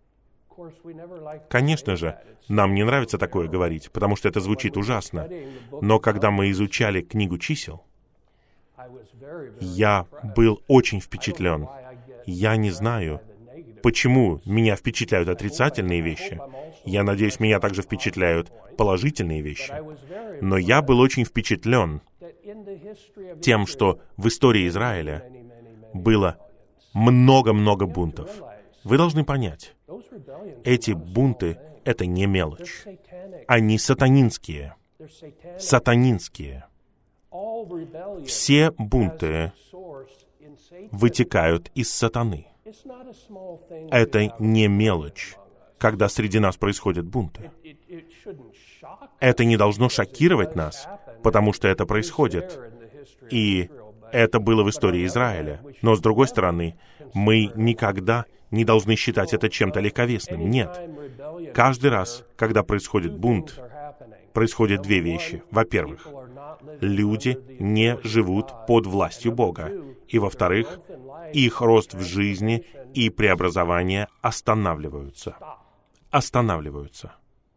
Конечно же, нам не нравится такое говорить, потому что это звучит ужасно. Но когда мы изучали книгу чисел, я был очень впечатлен. Я не знаю, почему меня впечатляют отрицательные вещи. Я надеюсь, меня также впечатляют положительные вещи. Но я был очень впечатлен тем, что в истории Израиля было много-много бунтов. Вы должны понять, эти бунты — это не мелочь. Они сатанинские. Сатанинские. Все бунты вытекают из сатаны. Это не мелочь, когда среди нас происходят бунты. Это не должно шокировать нас, потому что это происходит. И это было в истории Израиля. Но, с другой стороны, мы никогда не должны считать это чем-то легковесным. Нет. Каждый раз, когда происходит бунт, происходят две вещи. Во-первых, люди не живут под властью Бога. И, во-вторых, их рост в жизни и преобразование останавливаются. Останавливаются.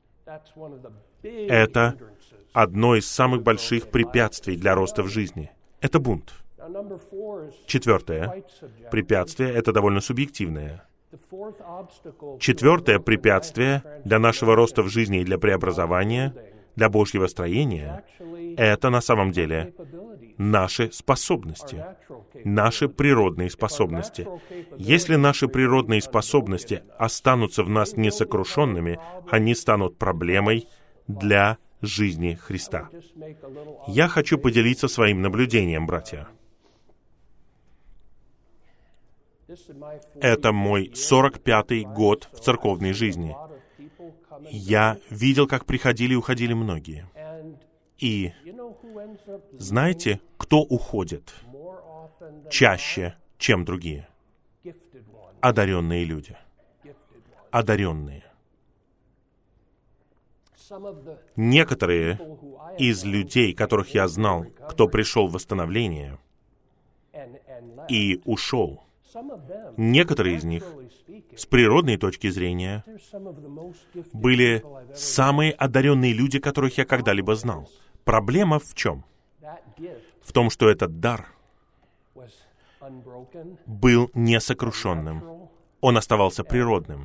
Это одно из самых больших препятствий для роста в жизни. Это бунт. Четвертое препятствие — это довольно субъективное. Четвертое препятствие для нашего роста в жизни и для преобразования, для Божьего строения — это на самом деле наши способности, наши природные способности. Если наши природные способности останутся в нас несокрушенными, они станут проблемой для жизни Христа. Я хочу поделиться своим наблюдением, братья. Это мой сорок пятый год в церковной жизни. Я видел, как приходили и уходили многие. И знаете, кто уходит чаще, чем другие? Одаренные люди. Одаренные. Некоторые из людей, которых я знал, кто пришел в восстановление и ушел, некоторые из них, с природной точки зрения, были самые одаренные люди, которых я когда-либо знал. Проблема в чем? В том, что этот дар был несокрушенным. Он оставался природным.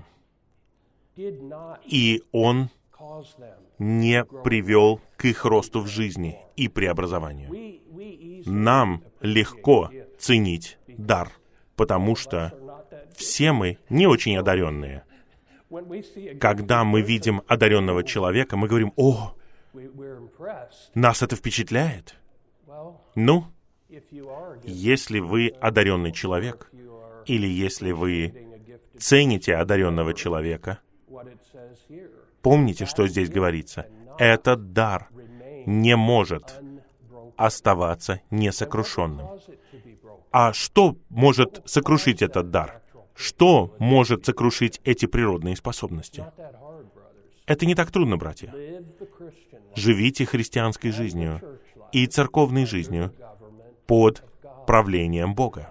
И он не привел к их росту в жизни и преобразованию. Нам легко ценить дар, потому что все мы не очень одаренные. Когда мы видим одаренного человека, мы говорим: «О, нас это впечатляет». Ну, если вы одаренный человек, или если вы цените одаренного человека, помните, что здесь говорится. Этот дар не может оставаться несокрушенным. А что может сокрушить этот дар? Что может сокрушить эти природные способности? Это не так трудно, братья. Живите христианской жизнью и церковной жизнью под правлением Бога.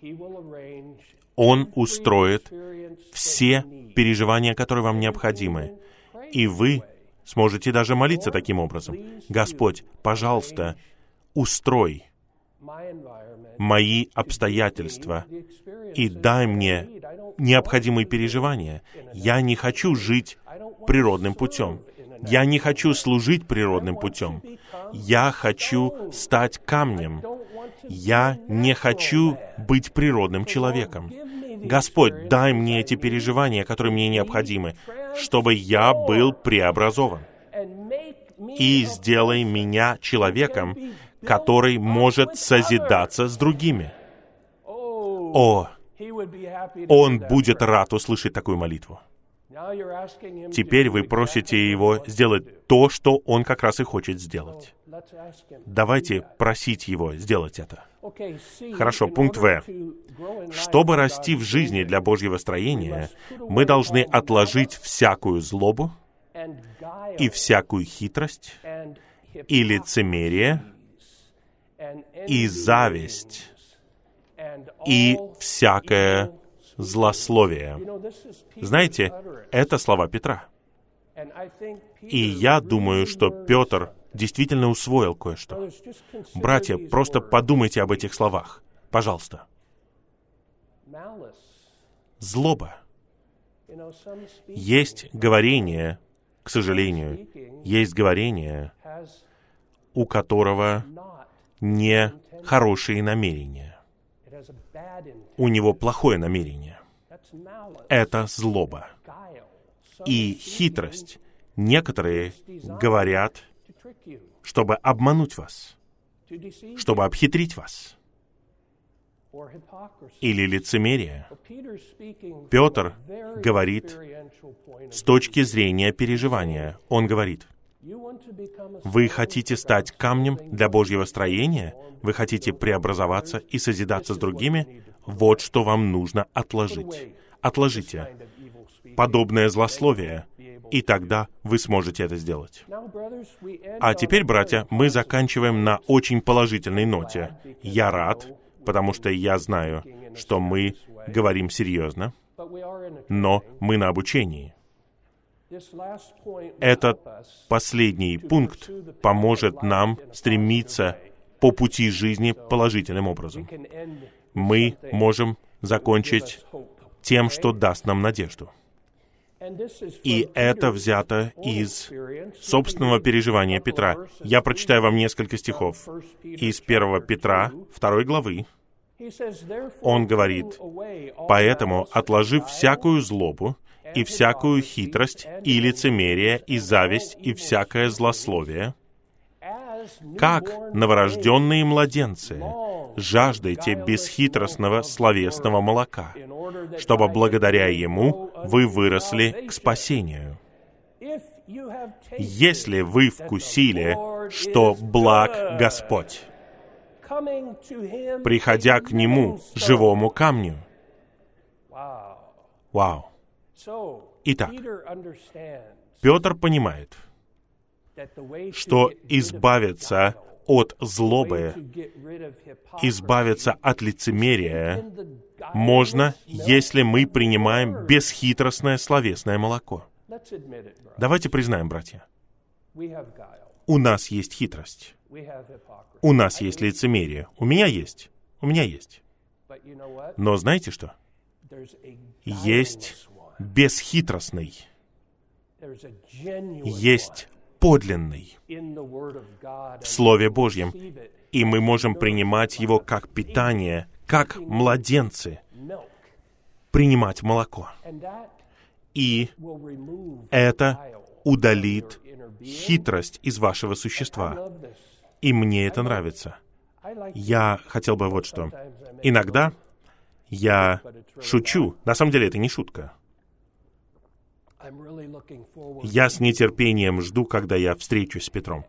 Он устроит все переживания, которые вам необходимы. И вы сможете даже молиться таким образом. «Господь, пожалуйста, устрой мои обстоятельства и дай мне необходимые переживания. Я не хочу жить природным путем. Я не хочу служить природным путем. Я хочу стать камнем. Я не хочу быть природным человеком. Господь, дай мне эти переживания, которые мне необходимы, чтобы я был преобразован. И сделай меня человеком, который может созидаться с другими». О, он будет рад услышать такую молитву. Теперь вы просите его сделать то, что он как раз и хочет сделать. Давайте просить его сделать это. Хорошо, пункт В. Чтобы расти в жизни для Божьего строения, мы должны отложить всякую злобу и всякую хитрость, и лицемерие, и зависть, и всякое злословие. Знаете, это слова Петра. И я думаю, что Петр действительно усвоил кое-что. Братья, просто подумайте об этих словах. Пожалуйста. Злоба. Есть говорение, к сожалению, есть говорение, у которого не хорошие намерения. У него плохое намерение. Это злоба и хитрость. Некоторые говорят, чтобы обмануть вас, чтобы обхитрить вас. Или лицемерие. Петр говорит с точки зрения переживания. Он говорит: вы хотите стать камнем для Божьего строения? Вы хотите преобразоваться и созидаться с другими? Вот что вам нужно отложить. Отложите подобное злословие, и тогда вы сможете это сделать. А теперь, братья, мы заканчиваем на очень положительной ноте. Я рад, потому что я знаю, что мы говорим серьезно, но мы на обучении. Этот последний пункт поможет нам стремиться по пути жизни положительным образом. Мы можем закончить тем, что даст нам надежду. И это взято из собственного переживания Петра. Я прочитаю вам несколько стихов. Из первого Петра, второй главы, он говорит: «Поэтому, отложив всякую злобу, и всякую хитрость, и лицемерие, и зависть, и всякое злословие, как новорожденные младенцы, жаждайте бесхитростного словесного молока, чтобы благодаря ему вы выросли к спасению. Если вы вкусили, что благ Господь, приходя к Нему, живому камню. Вау! Итак, Петр понимает, что избавиться от злобы, избавиться от лицемерия можно, если мы принимаем бесхитростное словесное молоко. Давайте признаем, братья, у нас есть хитрость, у нас есть лицемерие, у меня есть, у меня есть. Но знаете что? Есть бесхитростный, есть подлинный в Слове Божьем, и мы можем принимать его как питание, как младенцы, принимать молоко. И это удалит хитрость из вашего существа. И мне это нравится. Я хотел бы вот что. Иногда я шучу. На самом деле это не шутка. Я с нетерпением жду, когда я встречусь с Петром.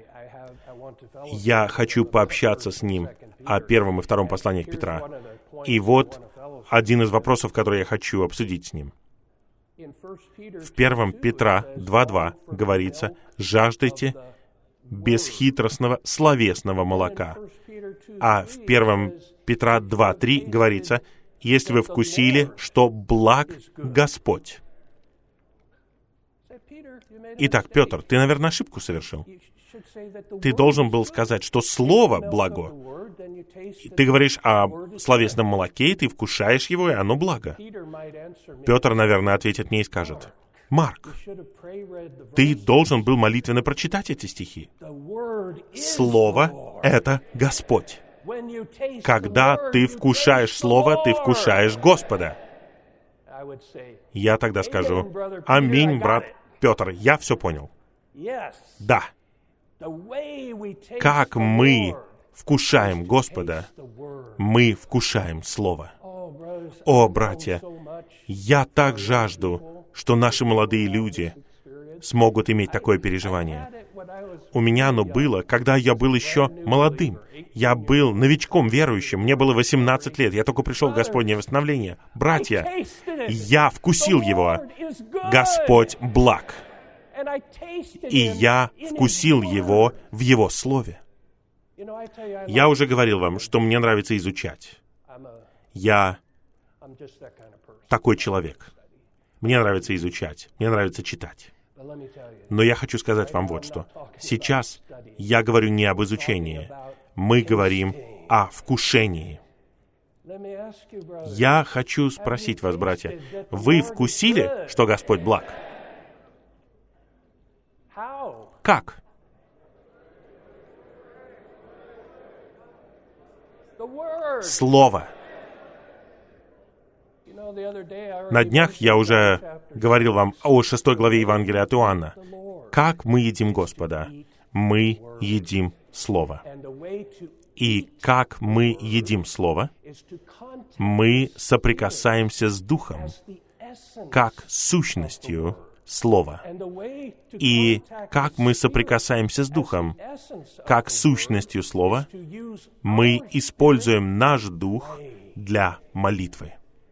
Я хочу пообщаться с ним о первом и втором посланиях Петра. И вот один из вопросов, который я хочу обсудить с ним. В первом Петра два два говорится: «Жаждайте бесхитростного словесного молока». А в первом Петра два три говорится: «Если вы вкусили, что благ Господь». Итак, Петр, ты, наверное, ошибку совершил. Ты должен был сказать, что Слово благо. Ты говоришь о словесном молоке, и ты вкушаешь его, и оно благо. Петр, наверное, ответит мне и скажет: «Марк, ты должен был молитвенно прочитать эти стихи. Слово — это Господь. Когда ты вкушаешь Слово, ты вкушаешь Господа». Я тогда скажу: «Аминь, брат Петр, я все понял». Да. Как мы вкушаем Господа, мы вкушаем Слово. О, братья, я так жажду, что наши молодые люди смогут иметь такое переживание. У меня оно было, когда я был еще молодым. Я был новичком верующим, мне было восемнадцать лет, я только пришел в Господнее восстановление. Братья, я вкусил его. Господь благ. И я вкусил его в Его Слове. Я уже говорил вам, что мне нравится изучать. Я такой человек. Мне нравится изучать, мне нравится читать. Но я хочу сказать вам вот что. Сейчас я говорю не об изучении. Мы говорим о вкушении. Я хочу спросить вас, братья, вы вкусили, что Господь благ? Как? Слово. На днях я уже говорил вам о шестой главе Евангелия от Иоанна. Как мы едим Господа? Мы едим Слово. И как мы едим Слово? Мы соприкасаемся с Духом, как сущностью Слова. И как мы соприкасаемся с Духом, как сущностью Слова, мы используем наш Дух для молитвы.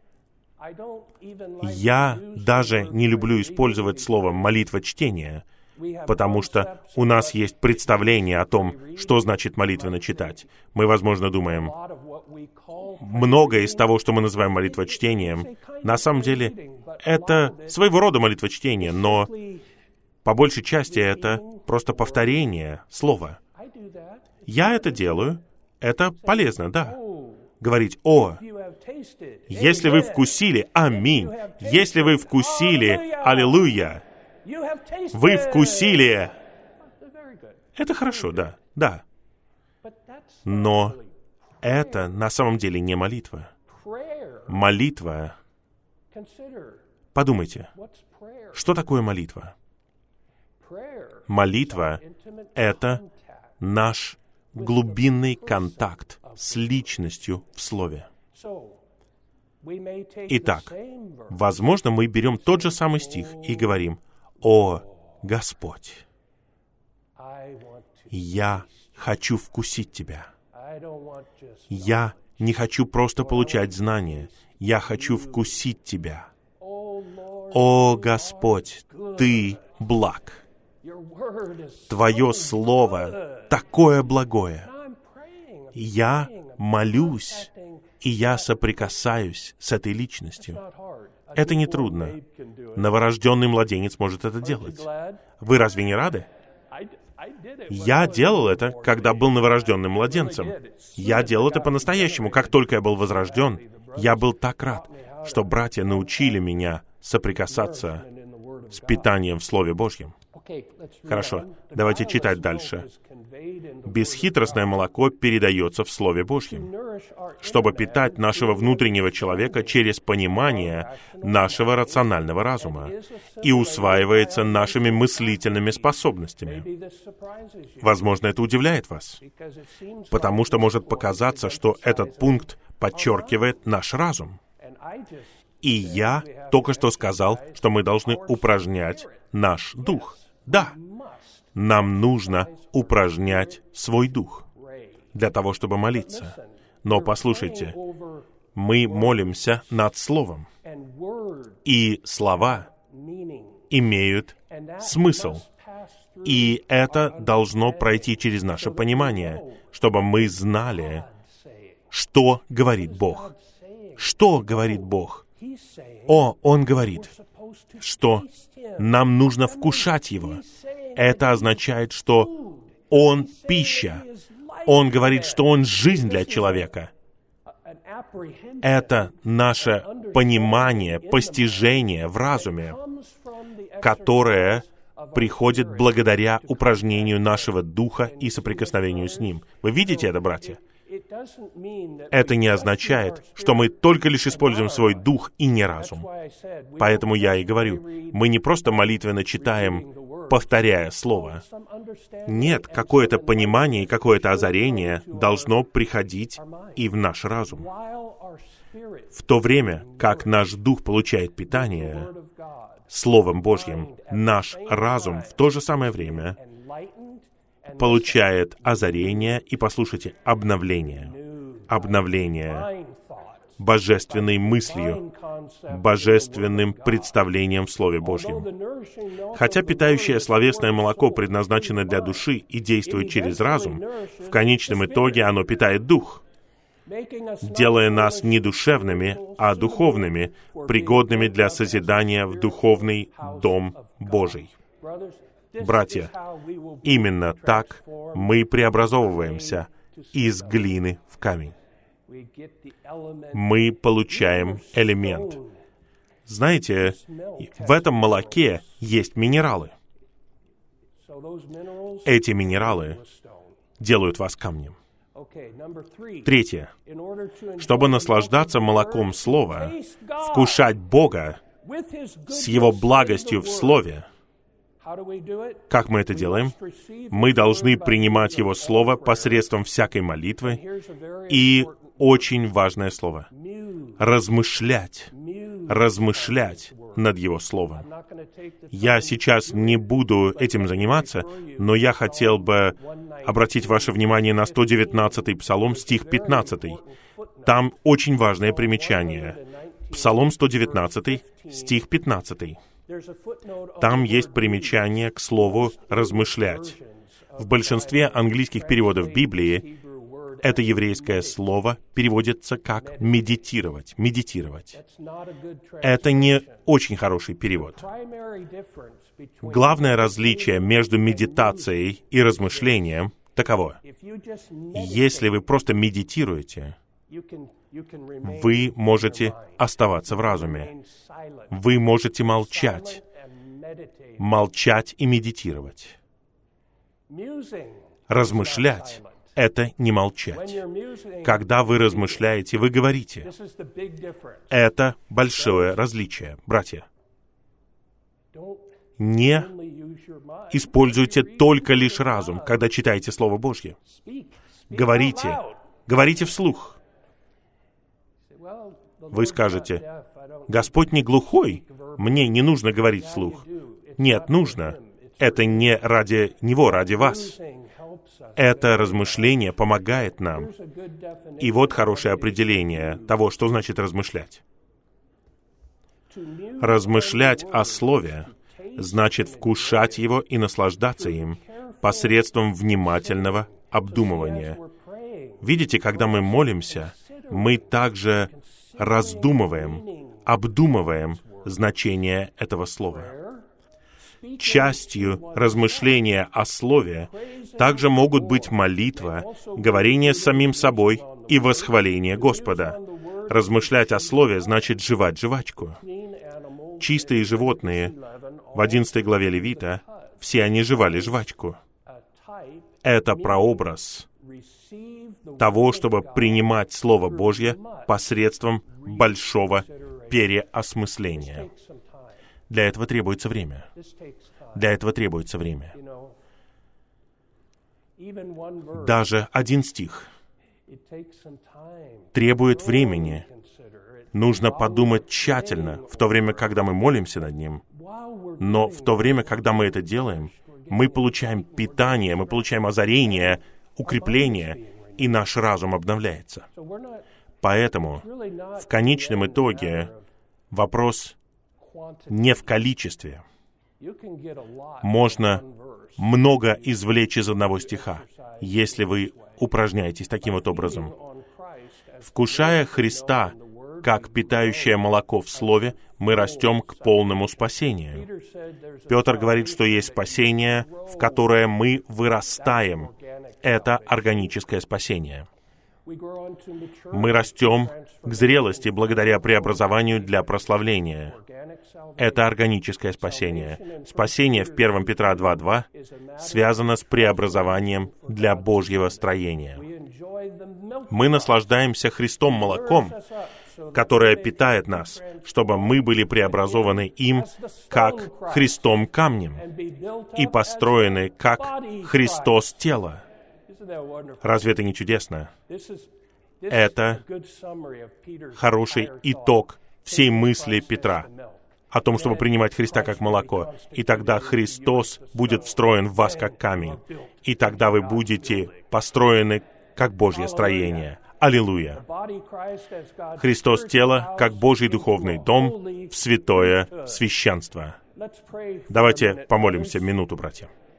Я даже не люблю использовать слово «молитва-чтение», потому что у нас есть представление о том, что значит молитвенно читать. Мы, возможно, думаем, многое из того, что мы называем молитвочтением, на самом деле, это своего рода молитвочтение, но по большей части это просто повторение слова. Я это делаю, это полезно, да. Говорить: «О, если вы вкусили, аминь, если вы вкусили, аллилуйя, вы вкусили». Это хорошо, да, да. Но это на самом деле не молитва. Молитва. Подумайте, что такое молитва? Молитва — это наш глубинный контакт с личностью в Слове. Итак, возможно, мы берем тот же самый стих и говорим: «О, Господь, я хочу вкусить Тебя. Я не хочу просто получать знания. Я хочу вкусить Тебя. О, Господь, Ты благ. Твое Слово такое благое. Я молюсь, и я соприкасаюсь с этой личностью». Это нетрудно. Новорожденный младенец может это делать. Вы разве не рады? Я делал это, когда был новорожденным младенцем. Я делал это по-настоящему. Как только я был возрожден, я был так рад, что братья научили меня соприкасаться с питанием в Слове Божьем. Хорошо, давайте читать дальше. Бесхитростное молоко передается в Слове Божьем, чтобы питать нашего внутреннего человека через понимание нашего рационального разума и усваивается нашими мыслительными способностями. Возможно, это удивляет вас, потому что может показаться, что этот пункт подчеркивает наш разум. И я только что сказал, что мы должны упражнять наш дух. Да, нам нужно упражнять свой дух для того, чтобы молиться. Но послушайте, мы молимся над Словом, и слова имеют смысл. И это должно пройти через наше понимание, чтобы мы знали, что говорит Бог. Что говорит Бог? О, Он говорит, что нам нужно вкушать Его. Это означает, что Он — пища. Он говорит, что Он — жизнь для человека. Это наше понимание, постижение в разуме, которое приходит благодаря упражнению нашего духа и соприкосновению с Ним. Вы видите это, братья? Это не означает, что мы только лишь используем свой дух и не разум. Поэтому я и говорю, мы не просто молитвенно читаем, повторяя Слово. Нет, какое-то понимание и какое-то озарение должно приходить и в наш разум. В то время, как наш дух получает питание Словом Божьим, наш разум в то же самое время получает озарение и, послушайте, обновление. Обновление божественной мыслью, божественным представлением в Слове Божьем. Хотя питающее словесное молоко предназначено для души и действует через разум, в конечном итоге оно питает дух, делая нас не душевными, а духовными, пригодными для созидания в духовный дом Божий. Братья, именно так мы преобразовываемся из глины в камень. Мы получаем элемент. Знаете, в этом молоке есть минералы. Эти минералы делают вас камнем. Третье. Чтобы наслаждаться молоком Слова, вкушать Бога с Его благостью в Слове, как мы это делаем? Мы должны принимать Его Слово посредством всякой молитвы. И очень важное слово — размышлять. Размышлять над Его Словом. Я сейчас не буду этим заниматься, но я хотел бы обратить ваше внимание на сто девятнадцатый Псалом, стих пятнадцатый. Там очень важное примечание. Псалом сто девятнадцатый, стих пятнадцатый. Там есть примечание к слову «размышлять». В большинстве английских переводов Библии это еврейское слово переводится как «медитировать», «медитировать». Это не очень хороший перевод. Главное различие между медитацией и размышлением таково. Если вы просто медитируете, вы можете оставаться в разуме. Вы можете молчать. Молчать и медитировать. Размышлять — это не молчать. Когда вы размышляете, вы говорите. Это большое различие, братья. Не используйте только лишь разум, когда читаете Слово Божье. Говорите, Говорите вслух. Вы скажете, Господь не глухой, мне не нужно говорить вслух. Нет, нужно. Это не ради Него, ради вас. Это размышление помогает нам. И вот хорошее определение того, что значит размышлять. Размышлять о Слове значит вкушать его и наслаждаться им посредством внимательного обдумывания. Видите, когда мы молимся, мы также раздумываем, обдумываем значение этого слова. Частью размышления о Слове также могут быть молитва, говорение с самим собой и восхваление Господа. Размышлять о Слове значит жевать жвачку. Чистые животные в одиннадцатой главе Левита, все они жевали жвачку. Это прообраз того, чтобы принимать Слово Божье посредством большого переосмысления. Для этого требуется время. Для этого требуется время. Даже один стих требует времени. Нужно подумать тщательно, в то время, когда мы молимся над ним. Но в то время, когда мы это делаем, мы получаем питание, мы получаем озарение, укрепление, и наш разум обновляется. Поэтому в конечном итоге вопрос не в количестве. Можно много извлечь из одного стиха, если вы упражняетесь таким вот образом. Вкушая Христа, как питающее молоко в Слове, мы растем к полному спасению. Петр говорит, что есть спасение, в которое мы вырастаем. Это органическое спасение. Мы растем к зрелости благодаря преобразованию для прославления. Это органическое спасение. Спасение в первом Петра два два связано с преобразованием для Божьего строения. Мы наслаждаемся Христом молоком, которое питает нас, чтобы мы были преобразованы им, как Христом камнем, и построены, как Христос тело. Разве это не чудесно? Это хороший итог всей мысли Петра о том, чтобы принимать Христа как молоко. И тогда Христос будет встроен в вас как камень. И тогда вы будете построены как Божье строение. Аллилуйя! Христос тело, как Божий духовный дом, в святое священство. Давайте помолимся минуту, братья.